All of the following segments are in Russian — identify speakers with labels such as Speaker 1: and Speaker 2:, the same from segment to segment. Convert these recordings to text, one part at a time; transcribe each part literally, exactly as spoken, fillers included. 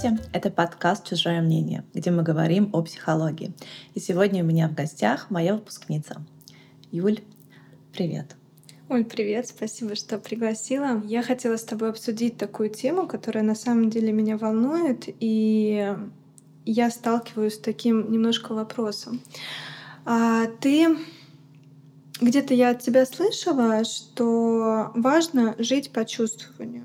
Speaker 1: Здравствуйте, это подкаст «Чужое мнение», где мы говорим о психологии. И сегодня у меня в гостях моя выпускница. Юль, привет.
Speaker 2: Оль, привет, спасибо, что пригласила. Я хотела с тобой обсудить такую тему, которая на самом деле меня волнует, и я сталкиваюсь с таким немножко вопросом. А ты где-то я от тебя слышала, что важно жить по чувствованию.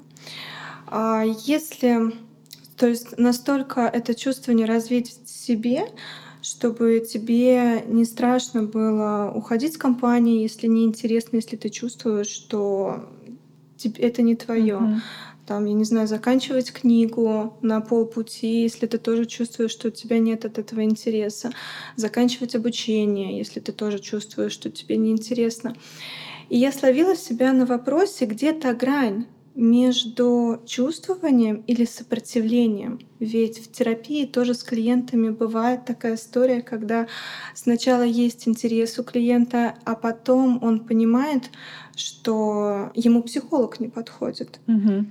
Speaker 2: А если, то есть настолько это чувствование развить в себе, чтобы тебе не страшно было уходить с компании, если неинтересно, если ты чувствуешь, что тебе это не твое.
Speaker 1: Мгм.
Speaker 2: Там, я не знаю, заканчивать книгу на полпути, если ты тоже чувствуешь, что у тебя нет от этого интереса. Заканчивать обучение, если ты тоже чувствуешь, что тебе неинтересно. И я словила себя на вопросе, где та грань между чувствованием или сопротивлением. Ведь в терапии тоже с клиентами бывает такая история, когда сначала есть интерес у клиента, а потом он понимает, что ему психолог не подходит.
Speaker 1: Мгм.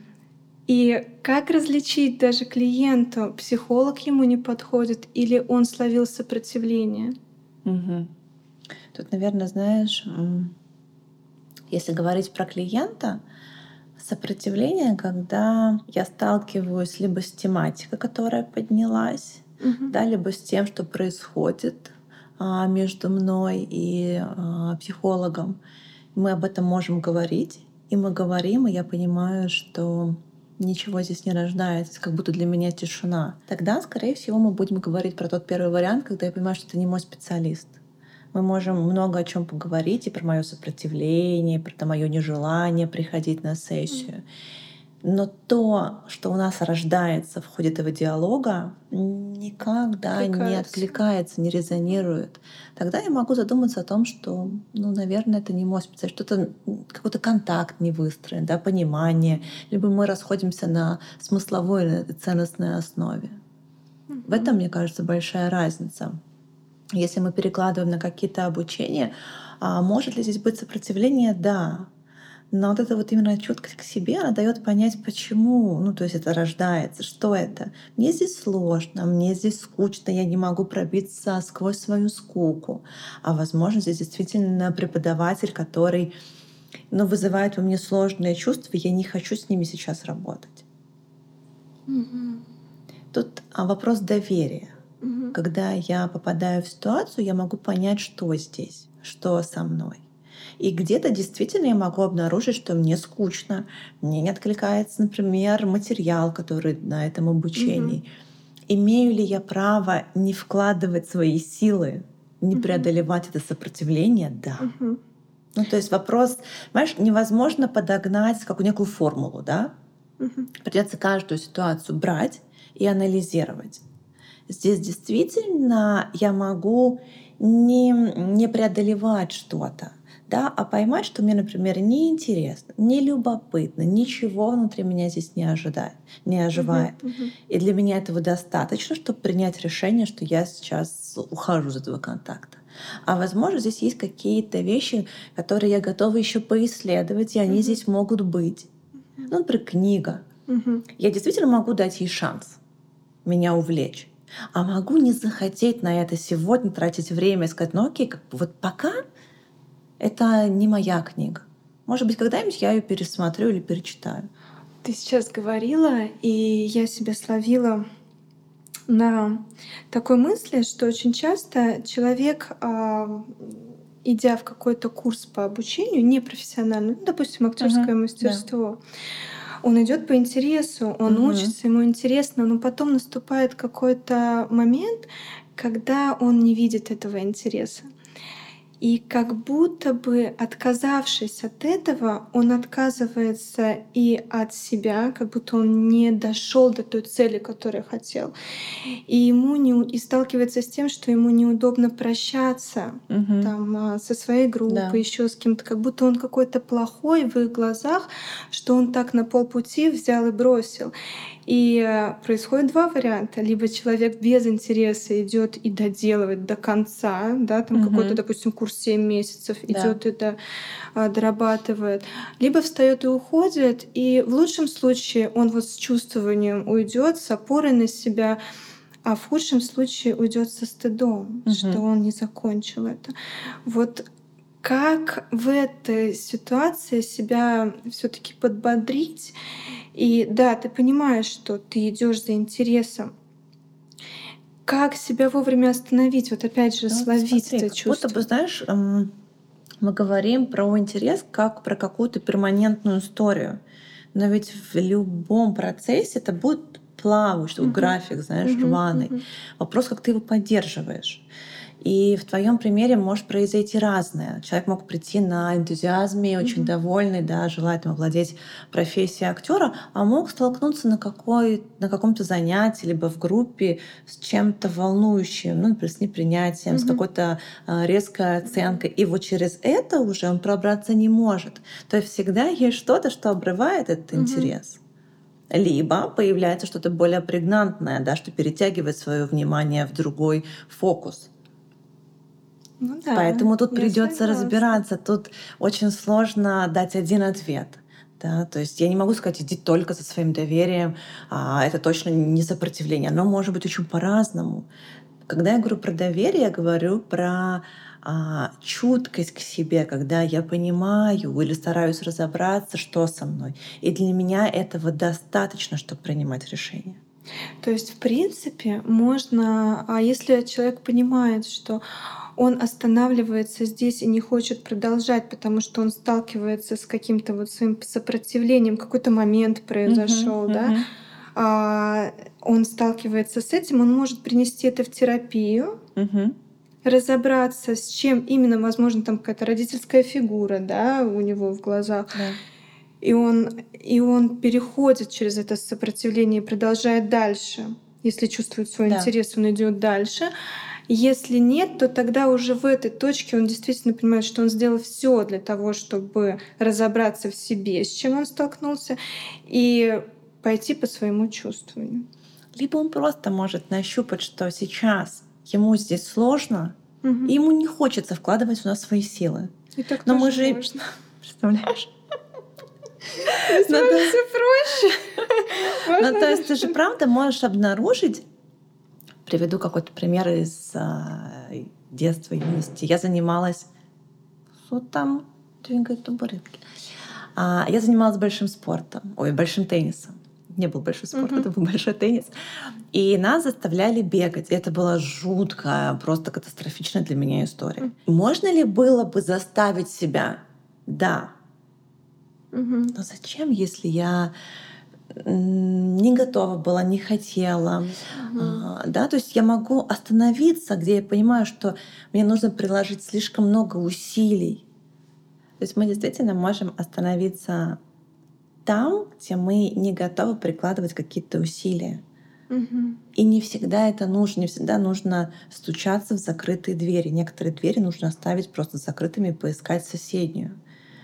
Speaker 2: И как различить даже клиенту, психолог ему не подходит или он словил сопротивление?
Speaker 1: Мгм. Тут, наверное, знаешь, м, если говорить про клиента, сопротивление, когда я сталкиваюсь либо с тематикой, которая поднялась,
Speaker 2: Мгм.
Speaker 1: да, либо с тем, что происходит а, между мной и а, психологом. Мы об этом можем говорить, и мы говорим, и я понимаю, что ничего здесь не рождается, как будто для меня тишина. Тогда, скорее всего, мы будем говорить про тот первый вариант, когда я понимаю, что это не мой специалист. Мы можем много о чем поговорить, и про мое сопротивление, про мое нежелание приходить на сессию. Но то, что у нас рождается в ходе этого диалога, никогда не
Speaker 2: Откликается.
Speaker 1: откликается, не резонирует. Тогда я могу задуматься о том, что, ну, наверное, это не мой специалист, что-то какой-то контакт не выстроен, да, понимание, либо мы расходимся на смысловой или ценностной основе. В этом, мне кажется, большая разница. Если мы перекладываем на какие-то обучения, а может ли здесь быть сопротивление? Да. Но вот эта вот именно чуткость к себе, она дает понять, почему, ну, то есть это рождается, что это. Мне здесь сложно, мне здесь скучно, я не могу пробиться сквозь свою скуку. А возможно, здесь действительно преподаватель, который, ну, вызывает во мне сложные чувства, и я не хочу с ними сейчас работать.
Speaker 2: Мгм.
Speaker 1: Тут а, вопрос доверия.
Speaker 2: Мгм.
Speaker 1: Когда я попадаю в ситуацию, я могу понять, что здесь, что со мной. И где-то действительно я могу обнаружить, что мне скучно, мне не откликается, например, материал, который на этом обучении.
Speaker 2: Мгм.
Speaker 1: Имею ли я право не вкладывать свои силы, не
Speaker 2: Мгм.
Speaker 1: преодолевать это сопротивление? Да.
Speaker 2: Мгм.
Speaker 1: Ну, то есть вопрос, понимаешь, невозможно подогнать как некую формулу, да?
Speaker 2: Мгм.
Speaker 1: Придется каждую ситуацию брать и анализировать. Здесь действительно я могу не, не преодолевать что-то, да, а поймать, что мне, например, неинтересно, не любопытно, ничего внутри меня здесь не ожидает, не оживает.
Speaker 2: Мгм. Мгм.
Speaker 1: И для меня этого достаточно, чтобы принять решение, что я сейчас ухожу из этого контакта. А возможно, здесь есть какие-то вещи, которые я готова еще поисследовать, и они
Speaker 2: Мгм.
Speaker 1: здесь могут быть.
Speaker 2: Мгм.
Speaker 1: Ну, например, книга.
Speaker 2: Мгм.
Speaker 1: Я действительно могу дать ей шанс меня увлечь. А могу не захотеть на это сегодня тратить время и сказать, ну окей, как бы вот пока это не моя книга. Может быть, когда-нибудь я ее пересмотрю или перечитаю.
Speaker 2: Ты сейчас говорила, и я себя словила на такой мысли, что очень часто человек, а, идя в какой-то курс по обучению непрофессиональный, ну, допустим, актерское
Speaker 1: Мгм. Да.
Speaker 2: мастерство, он идет по интересу, он
Speaker 1: Мгм.
Speaker 2: учится, ему интересно, но потом наступает какой-то момент, когда он не видит этого интереса. И как будто бы, отказавшись от этого, он отказывается и от себя, как будто он не дошел до той цели, которую хотел. И ему не у и сталкивается с тем, что ему неудобно прощаться
Speaker 1: Мгм.
Speaker 2: там, а, со своей группой,
Speaker 1: Да.
Speaker 2: еще с кем-то, как будто он какой-то плохой в их глазах, что он так на полпути взял и бросил. И э, происходит два варианта. Либо человек без интереса идет и доделывает до конца, да, там какой-то,
Speaker 1: Мгм.
Speaker 2: допустим, курс семь месяцев,
Speaker 1: Да.
Speaker 2: идет это а, дорабатывает. Либо встает и уходит, и в лучшем случае он вот с чувствованием уйдет, с опорой на себя, а в худшем случае уйдет со стыдом, что
Speaker 1: Мгм.
Speaker 2: он не закончил это. Вот как в этой ситуации себя все-таки подбодрить? И да, ты понимаешь, что ты идешь за интересом. Как себя вовремя остановить? Вот опять же,
Speaker 1: Ну,
Speaker 2: словить
Speaker 1: смотри,
Speaker 2: это
Speaker 1: как будто бы,
Speaker 2: чувство.
Speaker 1: знаешь, м, мы говорим про интерес как про какую-то перманентную историю. Но ведь в любом процессе это будет плавающий такой
Speaker 2: Мгм.
Speaker 1: график, знаешь,
Speaker 2: Мгм.
Speaker 1: рваный.
Speaker 2: Мгм.
Speaker 1: Вопрос, как ты его поддерживаешь. И в твоем примере может произойти разное. Человек мог прийти на энтузиазме, очень
Speaker 2: Мгм.
Speaker 1: довольный, да, желает там овладеть профессией актера, а мог столкнуться на, какой, на каком-то занятии, либо в группе с чем-то волнующим, ну, например, с непринятием, с
Speaker 2: Мгм.
Speaker 1: какой-то а, резкой оценкой. И вот через это уже он пробраться не может. То есть всегда есть что-то, что обрывает этот
Speaker 2: Мгм.
Speaker 1: интерес. Либо появляется что-то более прегнантное, да, что перетягивает свое внимание в другой фокус.
Speaker 2: Ну да,
Speaker 1: Поэтому тут
Speaker 2: я
Speaker 1: придется
Speaker 2: согласна.
Speaker 1: разбираться. Тут очень сложно дать один ответ. Да? То есть я не могу сказать, иди только за своим доверием, а это точно не сопротивление. Оно может быть очень по-разному. Когда я говорю про доверие, я говорю про а, чуткость к себе, когда я понимаю или стараюсь разобраться, что со мной. И для меня этого достаточно, чтобы принимать решения.
Speaker 2: То есть, в принципе, можно, а если человек понимает, что он останавливается здесь и не хочет продолжать, потому что он сталкивается с каким-то вот своим сопротивлением, какой-то момент
Speaker 1: Мгм,
Speaker 2: произошел, да,
Speaker 1: мгм,
Speaker 2: а, он сталкивается с этим, он может принести это в терапию,
Speaker 1: мгм.
Speaker 2: разобраться, с чем именно, возможно, там какая-то родительская фигура, да, у него в глазах,
Speaker 1: Да,
Speaker 2: и он, и он переходит через это сопротивление и продолжает дальше. Если чувствует свой
Speaker 1: да.
Speaker 2: интерес, он идет дальше. Если нет, то тогда уже в этой точке он действительно понимает, что он сделал все для того, чтобы разобраться в себе, с чем он столкнулся, и пойти по своему чувствованию.
Speaker 1: Либо он просто может нащупать, что сейчас ему здесь сложно, и
Speaker 2: Мгм.
Speaker 1: ему не хочется вкладывать у нас свои силы.
Speaker 2: И так
Speaker 1: Но мы
Speaker 2: тоже
Speaker 1: же...
Speaker 2: можно.
Speaker 1: Представляешь?
Speaker 2: Здесь
Speaker 1: Ну, то...
Speaker 2: все проще.
Speaker 1: ну, то
Speaker 2: Можно
Speaker 1: есть ты же
Speaker 2: решить.
Speaker 1: правда можешь обнаружить, приведу какой-то пример из а, детства, юности. Я занималась... Что там двигает табуретки? А, я занималась большим спортом, ой, большим теннисом. Не был большой спорт,
Speaker 2: Мгм.
Speaker 1: это был большой теннис. И нас заставляли бегать. И это была жуткая, просто катастрофичная для меня история.
Speaker 2: М.
Speaker 1: Можно ли было бы заставить себя? Да.
Speaker 2: Мгм.
Speaker 1: Но зачем, если я м, не готова была, не хотела?
Speaker 2: Мгм.
Speaker 1: А, да, то есть я могу остановиться, где я понимаю, что мне нужно приложить слишком много усилий. То есть мы действительно можем остановиться там, где мы не готовы прикладывать какие-то усилия.
Speaker 2: Мгм.
Speaker 1: И не всегда это нужно, не всегда нужно стучаться в закрытые двери. Некоторые двери нужно оставить просто закрытыми и поискать соседнюю.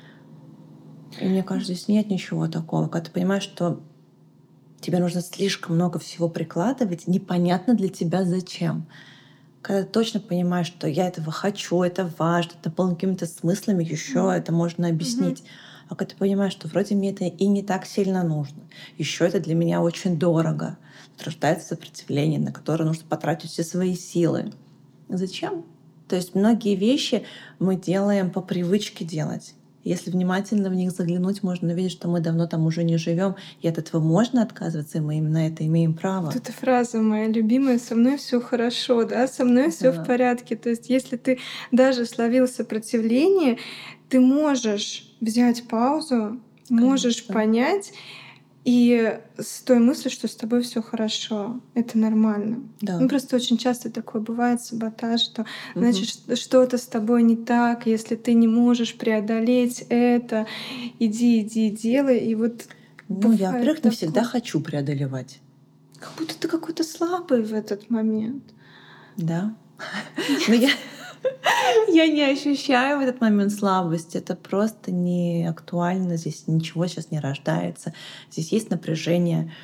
Speaker 1: И мне кажется, здесь нет ничего такого. Когда ты понимаешь, что тебе нужно слишком много всего прикладывать, непонятно для тебя зачем. Когда ты точно понимаешь, что я этого хочу, это важно, это наполнено какими-то смыслами, еще это можно
Speaker 2: Мгм.
Speaker 1: объяснить. А когда ты понимаешь, что вроде мне это и не так сильно нужно, еще это для меня очень дорого, тут рождается сопротивление, на которое нужно потратить все свои силы. Зачем? То есть многие вещи мы делаем по привычке делать. Если внимательно в них заглянуть, можно увидеть, что мы давно там уже не живем, и от этого можно отказываться, и мы именно это имеем
Speaker 2: Вот
Speaker 1: право.
Speaker 2: эта фраза моя любимая: «Со мной все хорошо», да, «Со мной все в
Speaker 1: Да,
Speaker 2: порядке». То есть если ты даже словил сопротивление, ты можешь взять паузу, можешь
Speaker 1: конечно.
Speaker 2: понять и с той мыслью, что с тобой все хорошо, это нормально. Ну,
Speaker 1: Да.
Speaker 2: просто очень часто такое бывает, саботаж, что, значит,
Speaker 1: Мгм.
Speaker 2: ш что-то с тобой не так, если ты не можешь преодолеть это, иди, иди, делай. И вот
Speaker 1: Ну, я,
Speaker 2: бывает
Speaker 1: во-первых, не всегда
Speaker 2: такое.
Speaker 1: хочу преодолевать.
Speaker 2: Как будто ты какой-то слабый в этот момент.
Speaker 1: Да. Но я,
Speaker 2: Нет.
Speaker 1: я не ощущаю в этот момент слабости. Это просто не актуально. Здесь ничего сейчас не рождается. Здесь есть напряжение.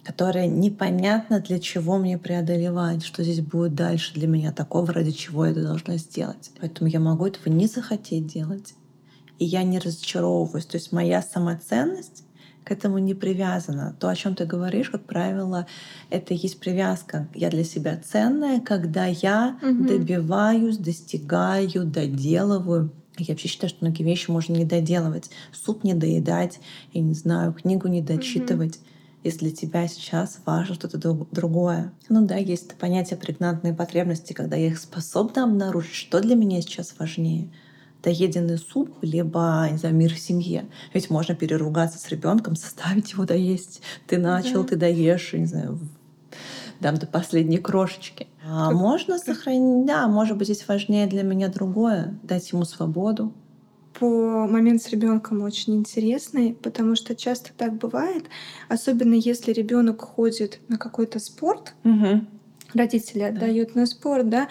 Speaker 1: которое непонятно для чего мне преодолевать, что здесь будет дальше для меня такого, ради чего я это должна сделать. Поэтому я могу этого не захотеть делать. И я не разочаровываюсь. То есть моя самоценность к этому не привязана. То, о чем ты говоришь, как правило, это и есть привязка. Я для себя ценная, когда я
Speaker 2: Мгм.
Speaker 1: добиваюсь, достигаю, доделываю. Я вообще считаю, что многие вещи можно не доделывать. Суп не доедать, я не знаю, книгу не
Speaker 2: Мгм.
Speaker 1: дочитывать, если для тебя сейчас важно что-то друг- другое. Ну да, есть это понятие прегнантные потребности, когда я их способна обнаружить, что для меня сейчас важнее. Доеденный суп, либо, не знаю, мир в семье. Ведь можно переругаться с ребенком, заставить его доесть. Ты начал,
Speaker 2: Да.
Speaker 1: ты доешь, не знаю, дам до последней крошечки. А
Speaker 2: Как-
Speaker 1: можно
Speaker 2: как-
Speaker 1: сохранить, да, может быть, здесь важнее для меня другое, дать ему свободу.
Speaker 2: По момент с ребенком очень интересный, потому что часто так бывает, особенно если ребенок ходит на какой-то спорт,
Speaker 1: Мгм.
Speaker 2: родители
Speaker 1: Да.
Speaker 2: отдают на спорт, да,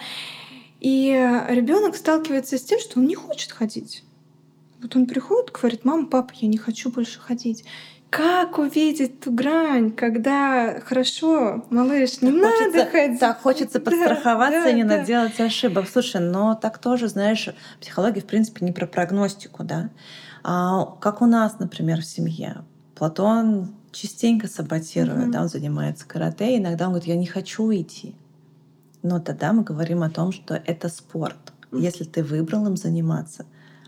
Speaker 2: и ребенок сталкивается с тем, что он не хочет ходить. Вот он приходит, говорит: мама, папа, я не хочу больше ходить. Как увидеть ту грань, когда хорошо, малыш, не
Speaker 1: Так
Speaker 2: надо
Speaker 1: хочется,
Speaker 2: ходить.
Speaker 1: так хочется
Speaker 2: Да,
Speaker 1: подстраховаться и
Speaker 2: да,
Speaker 1: не
Speaker 2: да.
Speaker 1: наделать ошибок. Слушай, но так тоже, знаешь, психология, в принципе, не про прогностику, да. А как у нас, например, в семье. Платон частенько саботирует, да,
Speaker 2: Мгм.
Speaker 1: он занимается карате, и иногда он говорит: я не хочу идти. Но тогда мы говорим о том, что это спорт.
Speaker 2: М.
Speaker 1: Если ты выбрал им заниматься,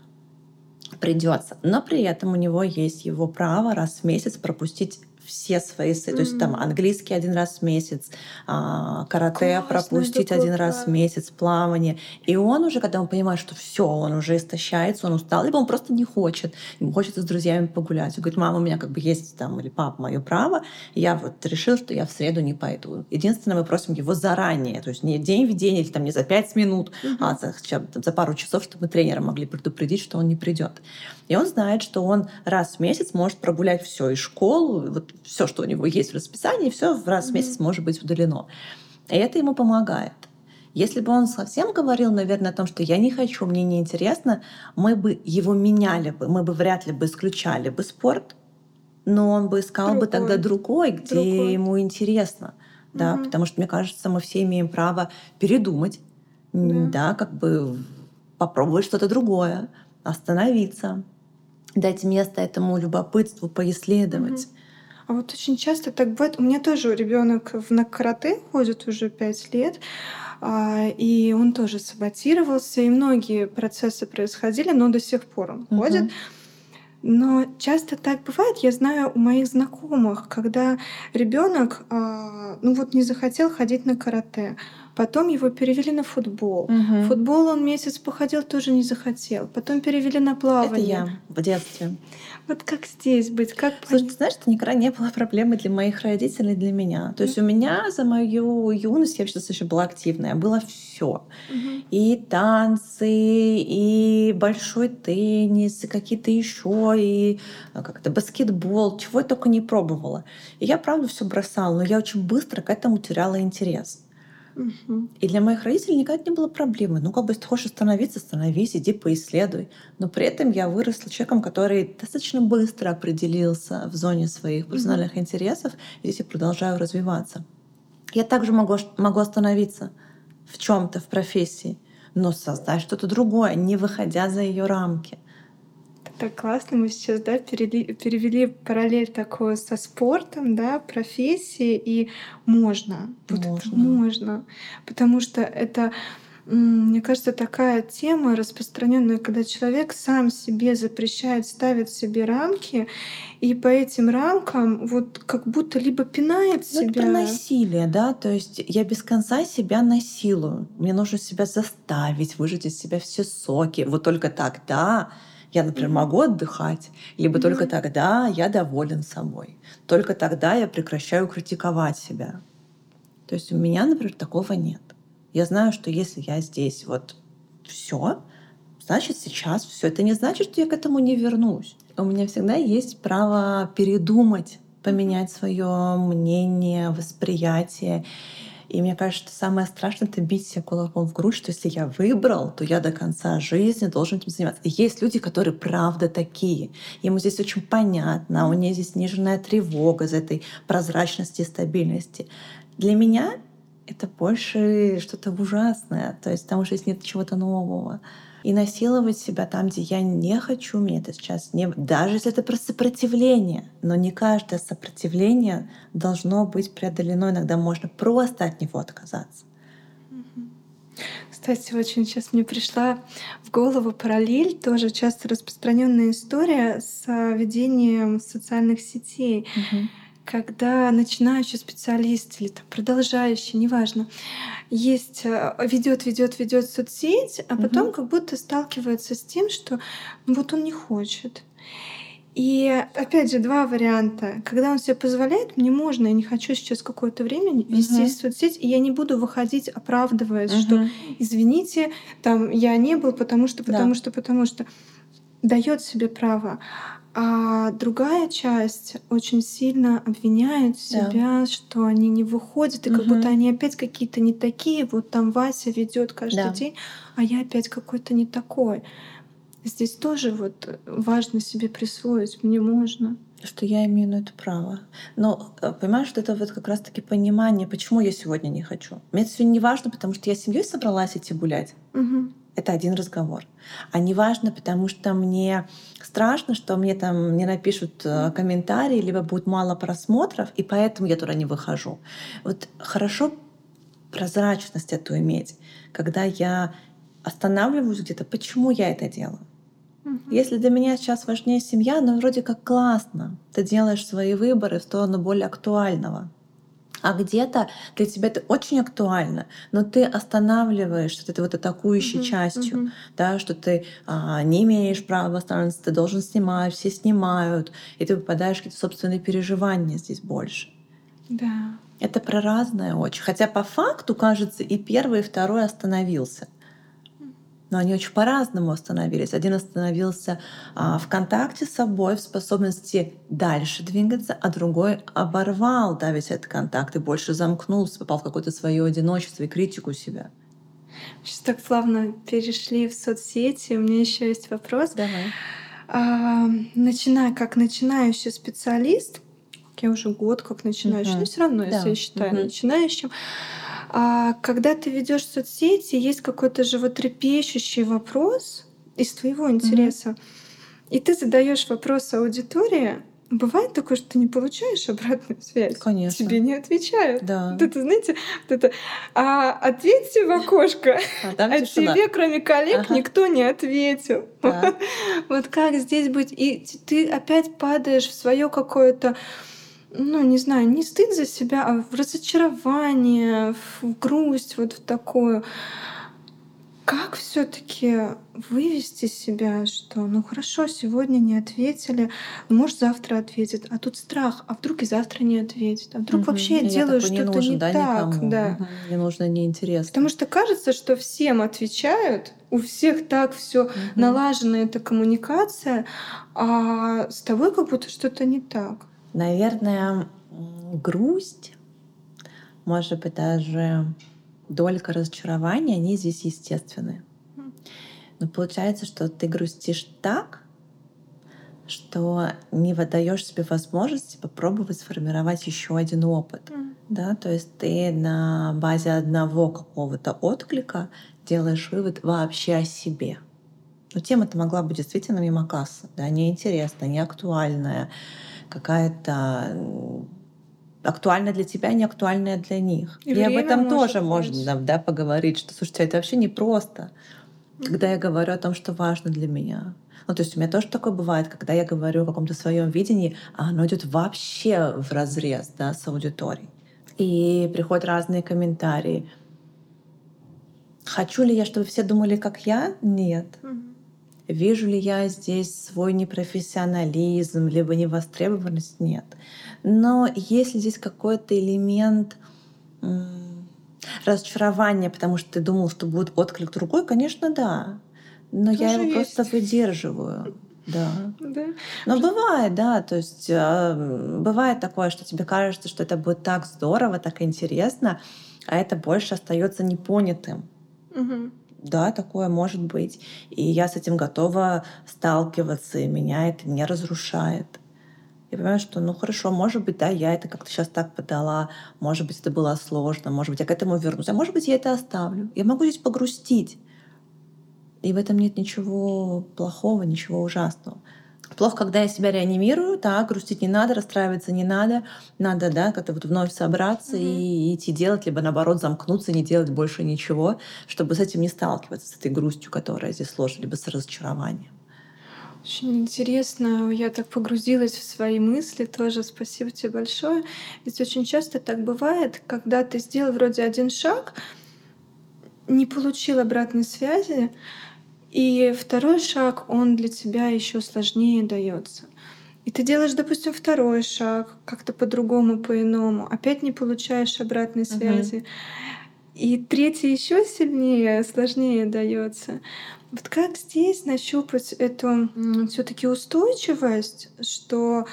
Speaker 1: придется. Но при этом у него есть его право раз в месяц пропустить все свои... с- То есть там
Speaker 2: М.
Speaker 1: английский один раз в месяц, а, карате
Speaker 2: Классный
Speaker 1: пропустить
Speaker 2: такое
Speaker 1: один раз в
Speaker 2: правило.
Speaker 1: месяц, плавание. И он уже, когда он понимает, что все, он уже истощается, он устал, либо он просто не хочет, ему хочется с друзьями погулять. Он говорит: мама, у меня как бы есть там, или папа, мое право, я вот решил, что я в среду не пойду. Единственное, мы просим его заранее, то есть не день в день или там не за пять минут, а
Speaker 2: Мгм.
Speaker 1: за, хотя бы там за пару часов, чтобы тренера могли предупредить, что он не придет. И он знает, что он раз в месяц может прогулять все, и школу, вот все, что у него есть в расписании, все раз в месяц
Speaker 2: Мгм.
Speaker 1: может быть удалено. И это ему помогает. Если бы он совсем говорил, наверное, о том, что я не хочу, мне неинтересно, мы бы его меняли бы, мы бы вряд ли бы исключали бы спорт, но он бы искал бы тогда
Speaker 2: Другой.
Speaker 1: другой, где
Speaker 2: Другой.
Speaker 1: ему интересно. Да,
Speaker 2: Мгм.
Speaker 1: потому что, мне кажется, мы все имеем право передумать, м,
Speaker 2: Да.
Speaker 1: да, как бы попробовать что-то другое, остановиться, дать место этому любопытству, поисследовать.
Speaker 2: Мгм. А вот очень часто так бывает. У меня тоже ребенок в на карате ходит уже пять лет, а, и он тоже саботировался, и многие процессы происходили, но до сих пор он ходит.
Speaker 1: Мгм.
Speaker 2: Но часто так бывает, я знаю у моих знакомых, когда ребенок, а, ну вот не захотел ходить на карате, потом его перевели на футбол.
Speaker 1: Мгм.
Speaker 2: Футбол он месяц походил, тоже не захотел. Потом перевели на
Speaker 1: Это
Speaker 2: плавание.
Speaker 1: я в детстве.
Speaker 2: Вот как здесь быть? Как
Speaker 1: Слушай, ты
Speaker 2: понять?
Speaker 1: знаешь, это никогда не было проблемой для моих родителей и для меня. То
Speaker 2: Да?
Speaker 1: есть у меня за мою юность, я вообще еще была активная, было все.
Speaker 2: Мгм.
Speaker 1: И танцы, и большой теннис, и какие-то еще, и а, как-то баскетбол, чего я только не пробовала. И я, правда, все бросала, но я очень быстро к этому теряла интерес.
Speaker 2: Мгм.
Speaker 1: И для моих родителей никогда не было проблемы. Ну, как бы, если ты хочешь остановиться, остановись, иди поисследуй. Но при этом я выросла человеком, который достаточно быстро определился в зоне своих
Speaker 2: Мгм.
Speaker 1: профессиональных интересов, и здесь я продолжаю развиваться. Я также могу, ош- могу остановиться в чем то в профессии, но создать что-то другое, не выходя за ее рамки.
Speaker 2: Так классно, мы сейчас, да, перели- перевели параллель такую со спортом, да, профессии, и можно, вот это
Speaker 1: Можно.
Speaker 2: можно, потому что это, м, мне кажется, такая тема распространенная, когда человек сам себе запрещает, ставит себе рамки, и по этим рамкам вот как будто либо пинает
Speaker 1: Ну, это про
Speaker 2: себя.
Speaker 1: насилие, да, то есть я без конца себя насилую. Мне нужно себя заставить, выжать из себя все соки. Вот только тогда я, например,
Speaker 2: Мгм.
Speaker 1: могу отдыхать, либо только
Speaker 2: Мгм.
Speaker 1: тогда я доволен собой. Только тогда я прекращаю критиковать себя. То есть у меня, например, такого нет. Я знаю, что если я здесь вот все, значит сейчас все. Это не значит, что я к этому не вернусь. У меня всегда есть право передумать,
Speaker 2: Мгм.
Speaker 1: поменять свое мнение, восприятие. И мне кажется, что самое страшное — это бить себя кулаком в грудь, что если я выбрал, то я до конца жизни должен этим заниматься. И есть люди, которые правда такие. Ему здесь очень понятно, у нее здесь сниженная тревога из этой прозрачности и стабильности. Для меня это больше что-то ужасное, то есть там уже здесь нет чего-то нового. И насиловать себя там, где я не хочу, мне это сейчас не... Даже если это про сопротивление, но не каждое сопротивление должно быть преодолено. Иногда можно просто от него отказаться.
Speaker 2: Кстати, очень сейчас мне пришла в голову параллель, тоже часто распространенная история с ведением социальных сетей.
Speaker 1: Мгм.
Speaker 2: Когда начинающий специалист или там продолжающий, неважно, есть, ведет, ведет, ведет соцсеть, а потом
Speaker 1: Мгм.
Speaker 2: как будто сталкивается с тем, что ну, вот он не хочет. И опять же, два варианта. Когда он себе позволяет, мне можно, я не хочу сейчас какое-то время вести
Speaker 1: Мгм.
Speaker 2: соцсеть, и я не буду выходить, оправдываясь, что
Speaker 1: Мгм.
Speaker 2: извините, там я не был, потому что, потому
Speaker 1: Да.
Speaker 2: что, потому что дает себе право. А другая часть очень сильно обвиняет
Speaker 1: Да.
Speaker 2: себя, что они не выходят, и как будто
Speaker 1: Мгм.
Speaker 2: они опять какие-то не такие. Вот там Вася ведет каждый
Speaker 1: Да.
Speaker 2: день, а я опять какой-то не такой. Здесь тоже вот важно себе присвоить, мне можно.
Speaker 1: Что я имею на это право. Но э, понимаешь, что это вот как раз-таки понимание, почему я сегодня не хочу. Мне это сегодня не важно, потому что я с семьей собралась идти гулять.
Speaker 2: Мгм.
Speaker 1: Это один разговор. А не важно, потому что мне страшно, что мне там не напишут э, комментарии, либо будет мало просмотров, и поэтому я туда не выхожу. Вот хорошо прозрачность эту иметь, когда я останавливаюсь где-то, почему я это делаю.
Speaker 2: Мгм.
Speaker 1: Если для меня сейчас важнее семья, ну вроде как классно. Ты делаешь свои выборы в сторону более актуального. А где-то для тебя это очень актуально, но ты останавливаешься вот этой вот атакующей
Speaker 2: Мгм.
Speaker 1: частью,
Speaker 2: Мгм.
Speaker 1: да, что ты а, не имеешь права останавливаться, ты должен снимать, все снимают, и ты попадаешь в какие-то собственные переживания здесь больше.
Speaker 2: Да.
Speaker 1: Это про разное очень. Хотя по факту, кажется, и первый, и второй остановился. Но они очень по-разному остановились. Один остановился а, в контакте с собой, в способности дальше двигаться, а другой оборвал, да, весь этот контакт и больше замкнулся, попал в какое-то свое одиночество и критику себя.
Speaker 2: Сейчас так плавно перешли в соцсети. У меня еще есть вопрос.
Speaker 1: Давай.
Speaker 2: А, начиная как начинающий специалист, я уже год как начинающий, но
Speaker 1: Мгм.
Speaker 2: все равно я себя
Speaker 1: Да.
Speaker 2: считаю
Speaker 1: Мгм.
Speaker 2: начинающим. А когда ты ведешь соцсети, есть какой-то животрепещущий вопрос из твоего
Speaker 1: Мгм.
Speaker 2: интереса, и ты задаешь вопрос аудитории. Бывает такое, что ты не получаешь обратную связь,
Speaker 1: Конечно.
Speaker 2: тебе не отвечают.
Speaker 1: Да.
Speaker 2: Вот это, знаете, вот это а, ответьте в окошко,
Speaker 1: А там
Speaker 2: а
Speaker 1: тишина.
Speaker 2: тебе, кроме коллег,
Speaker 1: Ага.
Speaker 2: никто не ответил.
Speaker 1: Так.
Speaker 2: Вот как здесь быть? И т- ты опять падаешь в свое какое-то, ну, не знаю, не стыд за себя, а в разочарование, в грусть, вот в такую. Как все-таки вывести себя, что ну хорошо, сегодня не ответили, ну, может, завтра ответят, а тут страх, а вдруг и завтра не ответят, а вдруг
Speaker 1: Мгм.
Speaker 2: вообще я
Speaker 1: И я
Speaker 2: делаю
Speaker 1: такой не
Speaker 2: что-то не
Speaker 1: нужен, да,
Speaker 2: так,
Speaker 1: никому.
Speaker 2: да.
Speaker 1: Мгм. Не нужно, неинтересно.
Speaker 2: Потому что кажется, что всем отвечают, у всех так все
Speaker 1: Мгм.
Speaker 2: налажена эта коммуникация, а с тобой как будто что-то не так.
Speaker 1: Наверное, м, грусть, может быть, даже долька разочарования, они здесь естественны.
Speaker 2: М.
Speaker 1: Но получается, что ты грустишь так, что не выдаешь себе возможности попробовать сформировать еще один опыт.
Speaker 2: М.
Speaker 1: Да? То есть ты на базе одного какого-то отклика делаешь вывод вообще о себе. Но тема-то могла быть действительно мимо кассы, да, неинтересная, не актуальная, какая-то м, актуальная для тебя, не актуальная для них.
Speaker 2: И
Speaker 1: И об
Speaker 2: время
Speaker 1: этом
Speaker 2: может
Speaker 1: тоже можно,
Speaker 2: быть.
Speaker 1: да, да, поговорить, что, слушайте, это вообще непросто, когда я говорю о том, что важно для меня. Ну, то есть у меня тоже такое бывает, когда я говорю о каком-то своем видении, а оно идет вообще в разрез, да, с аудиторией. И приходят разные комментарии. Хочу ли я, чтобы все думали, как я? Нет.
Speaker 2: Мгм.
Speaker 1: Вижу ли я здесь свой непрофессионализм, либо невостребованность? Нет. Но есть ли здесь какой-то элемент м, разочарования, потому что ты думал, что будет отклик другой? Конечно, да. Но я
Speaker 2: Тоже
Speaker 1: его просто
Speaker 2: есть.
Speaker 1: выдерживаю. Да.
Speaker 2: Да.
Speaker 1: Но бывает, да, то есть э, бывает такое, что тебе кажется, что это будет так здорово, так интересно, а это больше остается непонятым.
Speaker 2: Мгм.
Speaker 1: Да, такое может быть. И я с этим готова сталкиваться, и меня это не разрушает. Я понимаю, что, ну хорошо, может быть, да, я это как-то сейчас так подала, может быть, это было сложно, может быть, я к этому вернусь, а может быть, я это оставлю. Я могу здесь погрустить, и в этом нет ничего плохого, ничего ужасного. Плохо, когда я себя реанимирую, так, грустить не надо, расстраиваться не надо, надо, да, как-то вот вновь собраться
Speaker 2: Мгм.
Speaker 1: и идти делать, либо наоборот замкнуться, не делать больше ничего, чтобы с этим не сталкиваться, с этой грустью, которая здесь сложна, либо с разочарованием.
Speaker 2: Очень интересно. Я так погрузилась в свои мысли тоже. Спасибо тебе большое. Ведь очень часто так бывает, когда ты сделал вроде один шаг, не получил обратной связи, и второй шаг, он для тебя еще сложнее дается. И ты делаешь, допустим, второй шаг, как-то по-другому, по-иному, опять не получаешь обратной
Speaker 1: Мгм.
Speaker 2: связи. И третий еще сильнее, сложнее дается. Вот как здесь нащупать эту все-таки устойчивость, что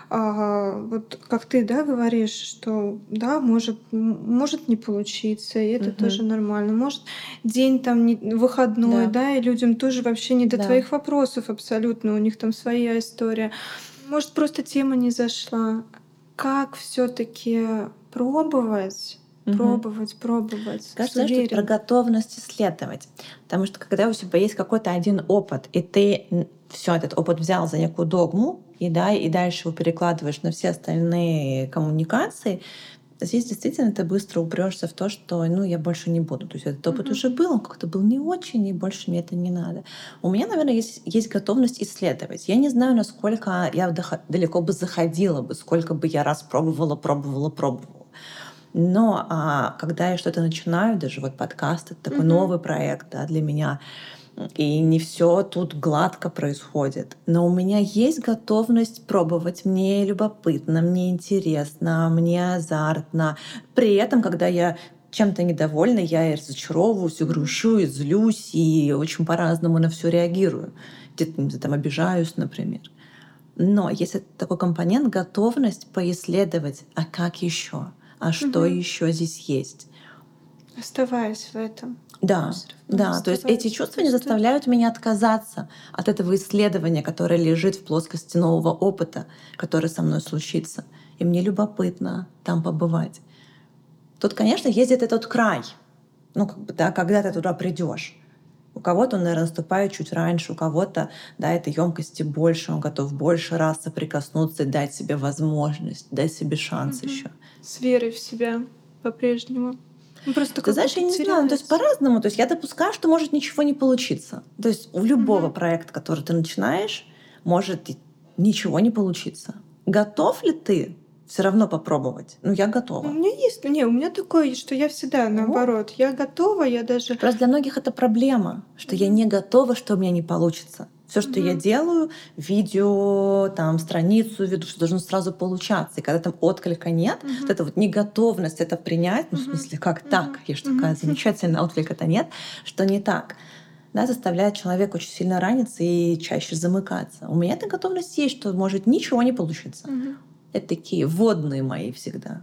Speaker 2: а, вот как ты, да, говоришь, что да, может, м, может не получиться, и это тоже
Speaker 1: Мгм.
Speaker 2: нормально. Может, день там не, выходной,
Speaker 1: Да,
Speaker 2: да, и людям тоже вообще не до
Speaker 1: да.
Speaker 2: твоих вопросов абсолютно, у них там своя история. Может, просто тема не зашла. Как все-таки пробовать,
Speaker 1: Мгм.
Speaker 2: пробовать, пробовать с
Speaker 1: Кажется, знаешь, тут про
Speaker 2: уверен.
Speaker 1: готовность исследовать. Потому что когда у тебя есть какой-то один опыт, и ты все этот опыт взял за некую догму, и, да, и дальше его перекладываешь на все остальные коммуникации, здесь действительно ты быстро упрешься в то, что ну, я больше не буду. То есть этот опыт
Speaker 2: Мгм.
Speaker 1: уже был, он как-то был не очень, и больше мне это не надо. У меня, наверное, есть, есть готовность исследовать. Я не знаю, насколько я вдох- далеко бы заходила бы, сколько бы я раз пробовала, пробовала, пробовала. Но а, когда я что-то начинаю, даже вот подкаст — это такой
Speaker 2: Мгм.
Speaker 1: новый проект, да, для меня, и не все тут гладко происходит. Но у меня есть готовность пробовать. Мне любопытно, мне интересно, мне азартно. При этом, когда я чем-то недовольна, я и разочаровываюсь, и
Speaker 2: Мгм.
Speaker 1: грущу, и злюсь, и очень по-разному на все реагирую. Где-то не знаю, там обижаюсь, например. Но есть этот такой компонент — готовность поисследовать, а как еще, а что
Speaker 2: Мгм.
Speaker 1: еще здесь есть.
Speaker 2: Оставаясь в этом.
Speaker 1: Да,
Speaker 2: Всё равно
Speaker 1: да, то есть эти
Speaker 2: оставаясь в
Speaker 1: чувства
Speaker 2: этой
Speaker 1: не
Speaker 2: истории.
Speaker 1: заставляют меня отказаться от этого исследования, которое лежит в плоскости нового опыта, который со мной случится. И мне любопытно там побывать. Тут, конечно, есть где-то тот край, ну, как бы, да, когда ты туда придешь. У кого-то он, наверное, наступает чуть раньше, у кого-то, да, этой емкости больше, он готов больше раз соприкоснуться и дать себе возможность, дать себе шанс
Speaker 2: Мгм.
Speaker 1: еще.
Speaker 2: С верой в себя по-прежнему. Ну, просто
Speaker 1: Ты
Speaker 2: как
Speaker 1: знаешь,
Speaker 2: будто
Speaker 1: я не знаю, ну, то есть
Speaker 2: теряется.
Speaker 1: по-разному. То есть я допускаю, что может ничего не получиться. То есть у любого
Speaker 2: Мгм.
Speaker 1: проекта, который ты начинаешь, может и ничего не получиться. Готов ли ты все равно попробовать? Ну, я
Speaker 2: У
Speaker 1: готова.
Speaker 2: меня есть, не, у меня такое есть, что я всегда
Speaker 1: О,
Speaker 2: наоборот. Я готова, я даже.
Speaker 1: просто для многих это проблема, что я
Speaker 2: Мгм.
Speaker 1: не готова, что у меня не получится. Все, что я
Speaker 2: Мгм.
Speaker 1: делаю, видео, там, страницу веду, что должно сразу получаться. И когда там отклика нет, вот
Speaker 2: Мгм.
Speaker 1: эта вот неготовность это принять, ну, в
Speaker 2: Мгм.
Speaker 1: смысле, как
Speaker 2: Мгм.
Speaker 1: так? Я же такая
Speaker 2: Мгм.
Speaker 1: замечательная, а отклика-то нет, что не так, да, заставляет человека очень сильно раниться и чаще замыкаться. У меня эта готовность есть, что может ничего не получиться.
Speaker 2: Мгм.
Speaker 1: Это такие водные мои всегда.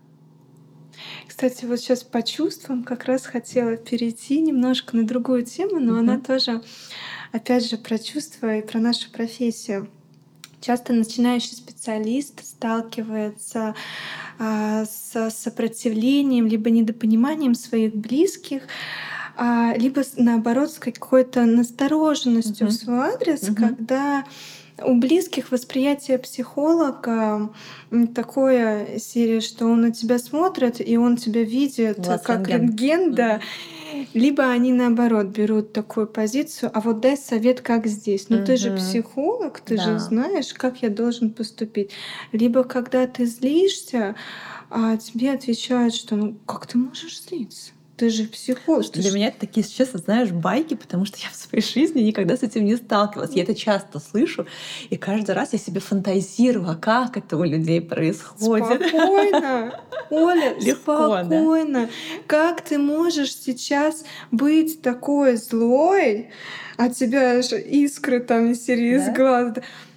Speaker 2: Кстати, вот сейчас по чувствам как раз хотела перейти немножко на другую тему, но она
Speaker 1: Мгм.
Speaker 2: тоже, опять же, про чувства и про нашу профессию. Часто начинающий специалист сталкивается а, с сопротивлением либо недопониманием своих близких, а, либо с- наоборот с какой-то настороженностью в
Speaker 1: Мгм.
Speaker 2: свой адрес,
Speaker 1: Мгм.
Speaker 2: когда у близких восприятие психолога м, такое серии, что он на тебя смотрит, и он тебя видит
Speaker 1: Глаз
Speaker 2: как
Speaker 1: рентген.
Speaker 2: рентген, да.
Speaker 1: Мгм.
Speaker 2: Либо они наоборот берут такую позицию, а вот дай совет, как здесь. Ну ты же
Speaker 1: Мгм.
Speaker 2: психолог, ты же
Speaker 1: Да.
Speaker 2: знаешь, как я должен поступить. Либо когда ты злишься, а тебе отвечают, что ну как ты можешь злиться? Ты же психолог,
Speaker 1: Слушай,
Speaker 2: ты
Speaker 1: для
Speaker 2: ж.
Speaker 1: меня это такие, сейчас, знаешь, байки, потому что я в своей жизни никогда с этим не сталкивалась. Я
Speaker 2: М,
Speaker 1: это часто слышу, и каждый раз я себе фантазирую, а как это у людей происходит.
Speaker 2: Спокойно, Оля,
Speaker 1: Легко, да?
Speaker 2: спокойно. Как ты можешь сейчас быть такой злой, а тебя аж искры там из серии из
Speaker 1: Да?
Speaker 2: глаз?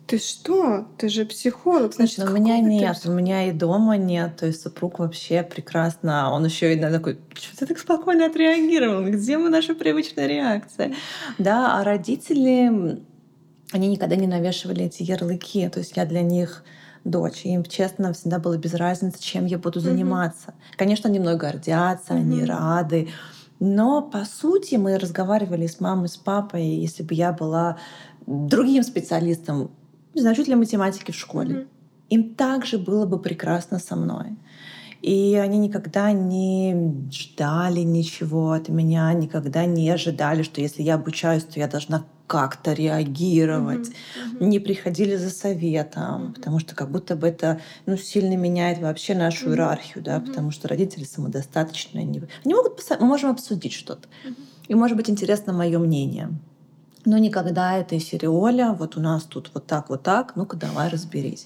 Speaker 2: Ты что? Ты же психолог, значит,
Speaker 1: Слушай, ну у меня
Speaker 2: какого ты
Speaker 1: нет, у
Speaker 2: псих-
Speaker 1: меня и дома нет, то есть супруг вообще прекрасно, он еще и на такой, что ты так спокойно отреагировал, где мы наша привычная реакция? Да, а родители, м, они никогда не навешивали эти ярлыки, то есть я для них дочь, и им, честно, всегда было без разницы, чем я буду
Speaker 2: Мгм.
Speaker 1: заниматься. Конечно, они мной гордятся, они
Speaker 2: Мгм.
Speaker 1: рады, но по сути мы разговаривали с мамой, с папой, и если бы я была другим специалистом, не знаю, учителем математики в школе,
Speaker 2: Мгм.
Speaker 1: им также было бы прекрасно со мной. И они никогда не ждали ничего от меня, никогда не ожидали, что если я обучаюсь, то я должна как-то реагировать.
Speaker 2: Мгм. Мгм.
Speaker 1: Не приходили за советом,
Speaker 2: Мгм.
Speaker 1: потому что как будто бы это, ну, сильно меняет вообще нашу
Speaker 2: Мгм.
Speaker 1: иерархию, да,
Speaker 2: Мгм.
Speaker 1: потому что родители самодостаточные. Они, они могут поса- мы можем обсудить что-то.
Speaker 2: Мгм.
Speaker 1: И может быть интересно мое мнение. Но никогда этой серии Оля, вот у нас тут вот так, вот так, ну-ка давай разберись.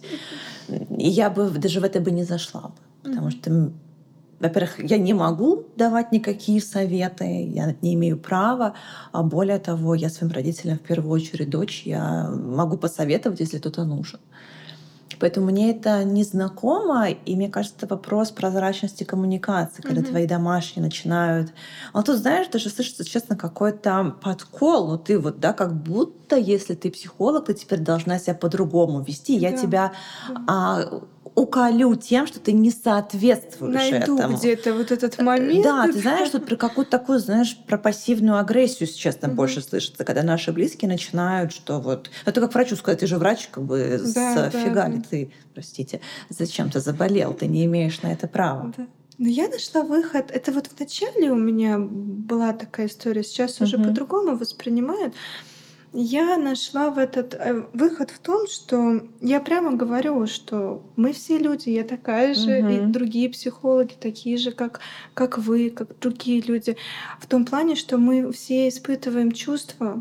Speaker 1: И я бы даже в это бы не зашла бы, потому
Speaker 2: Мгм.
Speaker 1: что, м, во-первых, я не могу давать никакие советы, я не имею права, а более того, я своим родителям в первую очередь дочь, я могу посоветовать, если кто-то нужен. Поэтому мне это не знакомо, и мне кажется, это вопрос прозрачности коммуникации, когда
Speaker 2: Мгм.
Speaker 1: твои домашние начинают... А тут, знаешь, даже слышится, честно, какой-то подкол. Ну ты вот, да, как будто, если ты психолог, ты теперь должна себя по-другому вести. Я
Speaker 2: Да.
Speaker 1: тебя
Speaker 2: Да.
Speaker 1: а, уколю тем, что ты не соответствуешь
Speaker 2: Найду
Speaker 1: этому.
Speaker 2: где-то вот этот
Speaker 1: Э,
Speaker 2: момент.
Speaker 1: Да, ты знаешь, тут про какую-то такую, знаешь, про пассивную агрессию сейчас там
Speaker 2: Мгм.
Speaker 1: больше слышится, когда наши близкие начинают, что вот... Это как врачу сказать, ты же врач, как бы
Speaker 2: Да,
Speaker 1: с
Speaker 2: да,
Speaker 1: фига ли
Speaker 2: да.
Speaker 1: ты, простите, зачем ты заболел, ты не имеешь на это права.
Speaker 2: Да. Но я нашла выход. Это вот в начале у меня была такая история, сейчас уже
Speaker 1: Мгм.
Speaker 2: по-другому воспринимают. Я нашла в этот э, выход в том, что я прямо говорю, что мы все люди, я такая же, и
Speaker 1: Мгм.
Speaker 2: другие психологи такие же, как, как вы, как другие люди. В том плане, что мы все испытываем чувства,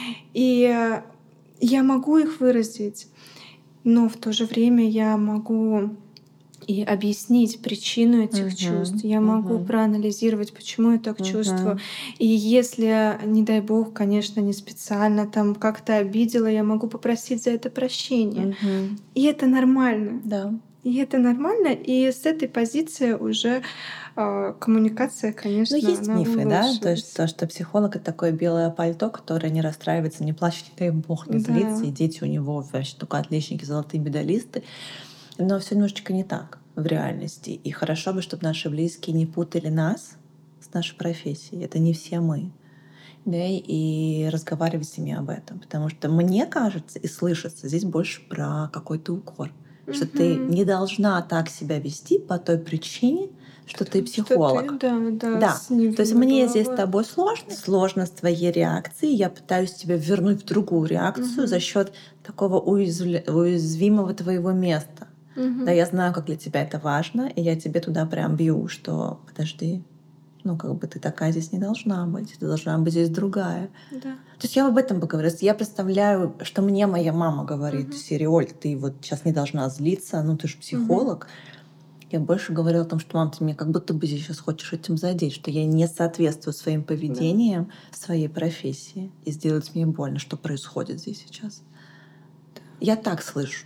Speaker 2: и э, я могу их выразить, но в то же время я могу и объяснить причину этих чувств.
Speaker 1: Мгм.
Speaker 2: Я могу
Speaker 1: Мгм.
Speaker 2: проанализировать, почему я так чувствую.
Speaker 1: Мгм.
Speaker 2: И если, не дай бог, конечно, не специально там как-то обидела, я могу попросить за это прощения.
Speaker 1: Мгм.
Speaker 2: И это нормально.
Speaker 1: Да.
Speaker 2: И это нормально. И с этой позиции уже а, коммуникация,
Speaker 1: Но
Speaker 2: конечно,
Speaker 1: есть
Speaker 2: она
Speaker 1: мифы, да, то, есть
Speaker 2: улучшилась.
Speaker 1: то, что психолог — это такое белое пальто, которое не расстраивается, не плачет, не дай бог, не злится,
Speaker 2: Да.
Speaker 1: и дети у него вообще только отличники, золотые медалисты. Но все немножечко не так в реальности. И хорошо бы, чтобы наши близкие не путали нас с нашей профессией. Это не все мы. Да, и разговаривать с ними об этом. Потому что мне кажется и слышится здесь больше про какой-то укор. Что ты
Speaker 2: Мгм.
Speaker 1: не должна так себя вести по той причине, что ты
Speaker 2: Потому что ты,
Speaker 1: психолог.
Speaker 2: да, да,
Speaker 1: Да,
Speaker 2: с
Speaker 1: то есть
Speaker 2: невинной
Speaker 1: мне здесь с
Speaker 2: головой.
Speaker 1: тобой сложно, сложно с твоей реакцией. Я пытаюсь тебя вернуть в другую реакцию за
Speaker 2: Мгм.
Speaker 1: счет такого уязвле- уязвимого твоего места. Да,
Speaker 2: Мгм.
Speaker 1: я знаю, как для тебя это важно, и я тебе туда прям бью, что подожди, ну как бы ты такая здесь не должна быть, ты должна быть здесь другая.
Speaker 2: Да.
Speaker 1: То есть я об этом бы говорила. Я представляю, что мне моя мама говорит,
Speaker 2: Мгм.
Speaker 1: Сири, Оль, ты вот сейчас не должна злиться, ну ты же
Speaker 2: Мгм.
Speaker 1: психолог. Я больше говорила о том, что, мам, ты мне как будто бы здесь сейчас хочешь этим задеть, что я не соответствую своим
Speaker 2: Да.
Speaker 1: поведением своей профессии и сделать мне больно, что происходит здесь сейчас. Я так слышу.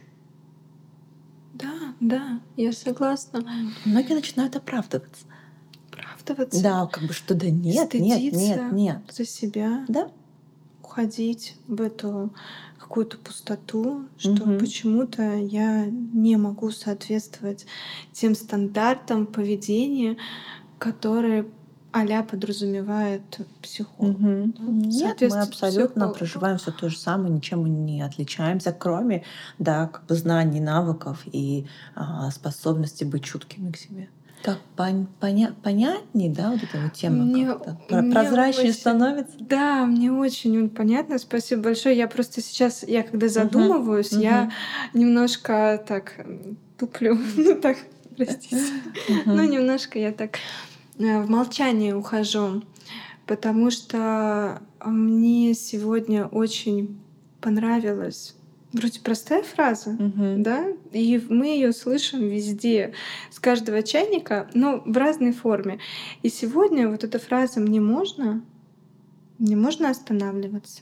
Speaker 2: Да, да, я согласна.
Speaker 1: Многие начинают оправдываться.
Speaker 2: Оправдываться,
Speaker 1: Да, как бы что да нет, нет, нет,
Speaker 2: стыдиться
Speaker 1: нет.
Speaker 2: за себя,
Speaker 1: Да?
Speaker 2: уходить в эту какую-то пустоту, что
Speaker 1: Мгм.
Speaker 2: почему-то я не могу соответствовать тем стандартам поведения, которые а-ля подразумевает психолог.
Speaker 1: Мгм.
Speaker 2: Да?
Speaker 1: Нет, мы
Speaker 2: Соответствовать
Speaker 1: абсолютно
Speaker 2: психологу.
Speaker 1: проживаем все то же самое, ничем мы не отличаемся, кроме, да, как бы знаний, навыков и а, способности быть чуткими к себе. Так пон- поня- понятней, да, вот эта вот тема
Speaker 2: Мне,
Speaker 1: как-то Про-
Speaker 2: мне
Speaker 1: прозрачнее
Speaker 2: очень,
Speaker 1: становится.
Speaker 2: да, мне очень понятно. Спасибо большое. Я просто сейчас, я когда
Speaker 1: Мгм.
Speaker 2: задумываюсь, я
Speaker 1: Мгм.
Speaker 2: немножко так м, туплю, ну так, простите, ну
Speaker 1: Мгм.
Speaker 2: немножко я так э, в молчание ухожу, потому что мне сегодня очень понравилось. Вроде простая фраза,
Speaker 1: Мгм.
Speaker 2: да, и мы ее слышим везде, с каждого чайника, но в разной форме. И сегодня вот эта фраза «мне можно», «мне можно останавливаться»,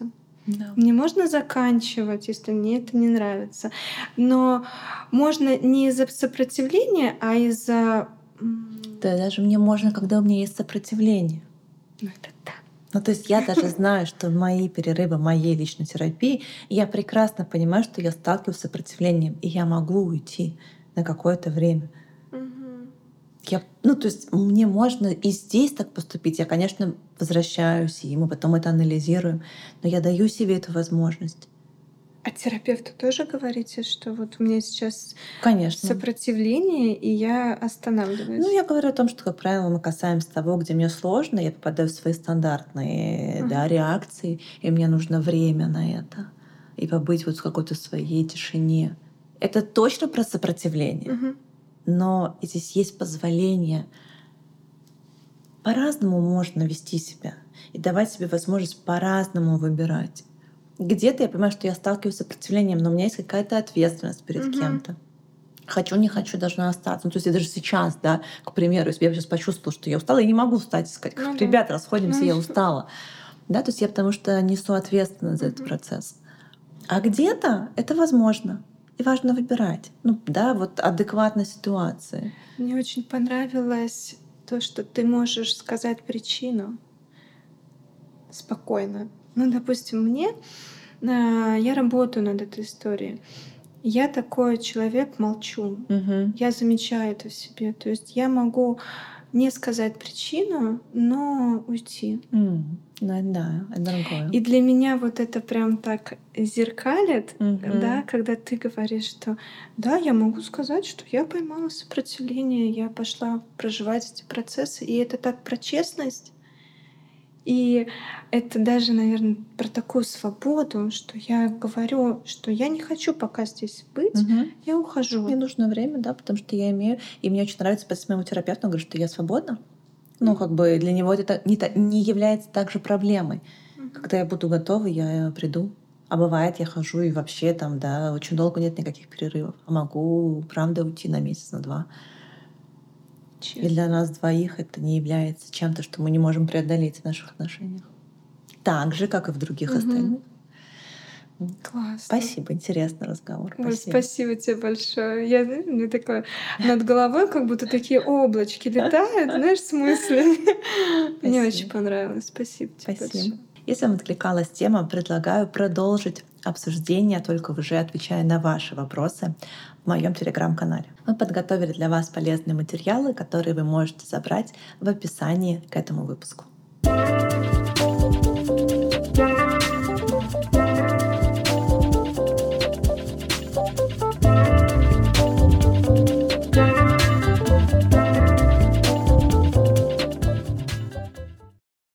Speaker 1: Да.
Speaker 2: Мне можно заканчивать, если мне это не нравится. Но можно не из-за сопротивления, а из-за... м,
Speaker 1: Да, даже мне можно, когда у меня есть сопротивление.
Speaker 2: Ну, это да.
Speaker 1: Ну, то есть я даже знаю, что мои перерывы моей личной терапии, я прекрасно понимаю, что я сталкиваюсь с сопротивлением, и я могу уйти на какое-то время.
Speaker 2: Мгм.
Speaker 1: Я, ну, то есть мне можно и здесь так поступить. Я, конечно, возвращаюсь, и мы потом это анализируем, но я даю себе эту возможность.
Speaker 2: А терапевту тоже говорите, что вот у меня сейчас
Speaker 1: Конечно.
Speaker 2: сопротивление, и я
Speaker 1: Ну,
Speaker 2: останавливаюсь?
Speaker 1: я говорю о том, что, как правило, мы касаемся того, где мне сложно, я попадаю в свои стандартные, да,
Speaker 2: Мгм.
Speaker 1: реакции, и мне нужно время на это. И побыть вот в какой-то своей тишине. Это точно про сопротивление,
Speaker 2: Мгм.
Speaker 1: но здесь есть позволение. По-разному можно вести себя и давать себе возможность по-разному выбирать. Где-то я понимаю, что я сталкиваюсь с сопротивлением, но у меня есть какая-то ответственность перед
Speaker 2: Мгм.
Speaker 1: кем-то. Хочу, не хочу, должна остаться. Ну, то есть я даже сейчас, да, к примеру, если я сейчас почувствовала, что я устала, я не могу встать и сказать:
Speaker 2: Ну да.
Speaker 1: ребята, расходимся, я устала. Да, то есть я потому что несу ответственность за этот
Speaker 2: Мгм.
Speaker 1: процесс. А где-то это возможно. И важно выбирать. Ну да, вот адекватно ситуации.
Speaker 2: Мне очень понравилось то, что ты можешь сказать причину спокойно. Ну, допустим, мне, а, я работаю над этой историей. Я такой человек, молчу.
Speaker 1: Мгм.
Speaker 2: Я замечаю это в себе. То есть я могу не сказать причину, но уйти.
Speaker 1: М, Ну это да, это другое.
Speaker 2: И для меня вот это прям так зеркалит, да,
Speaker 1: Мгм.
Speaker 2: когда ты говоришь, что да, я могу сказать, что я поймала сопротивление, я пошла проживать эти процессы, и это так про честность. И это даже, наверное, про такую свободу, что я говорю, что я не хочу пока здесь быть,
Speaker 1: Мгм.
Speaker 2: я
Speaker 1: Мне
Speaker 2: ухожу.
Speaker 1: нужно время, да, потому что я имею, и мне очень нравится пойти к моему терапевту, он говорит, что я свободна. Ну,
Speaker 2: М,
Speaker 1: как бы для него это не, та- не является также проблемой.
Speaker 2: мгм.
Speaker 1: Когда я буду готова, я приду. А бывает, я хожу и вообще там, да, очень долго нет никаких перерывов. А могу, правда, уйти на месяц, на два. И для
Speaker 2: Честно.
Speaker 1: нас двоих это не является чем-то, что мы не можем преодолеть в наших отношениях. Так же, как и в других
Speaker 2: Мгм.
Speaker 1: остальных. М.
Speaker 2: Классно.
Speaker 1: Спасибо, интересный разговор.
Speaker 2: Ой,
Speaker 1: Спасибо.
Speaker 2: спасибо тебе большое. Я, знаешь, мне такое над головой как будто такие облачки летают, знаешь, с мыслями. Мне очень
Speaker 1: Спасибо.
Speaker 2: понравилось. Спасибо тебе
Speaker 1: Спасибо.
Speaker 2: большое.
Speaker 1: Если вам откликалась тема, предлагаю продолжить обсуждение, только уже отвечая на ваши вопросы в моем телеграм-канале. Мы подготовили для вас полезные материалы, которые вы можете забрать в описании к этому выпуску.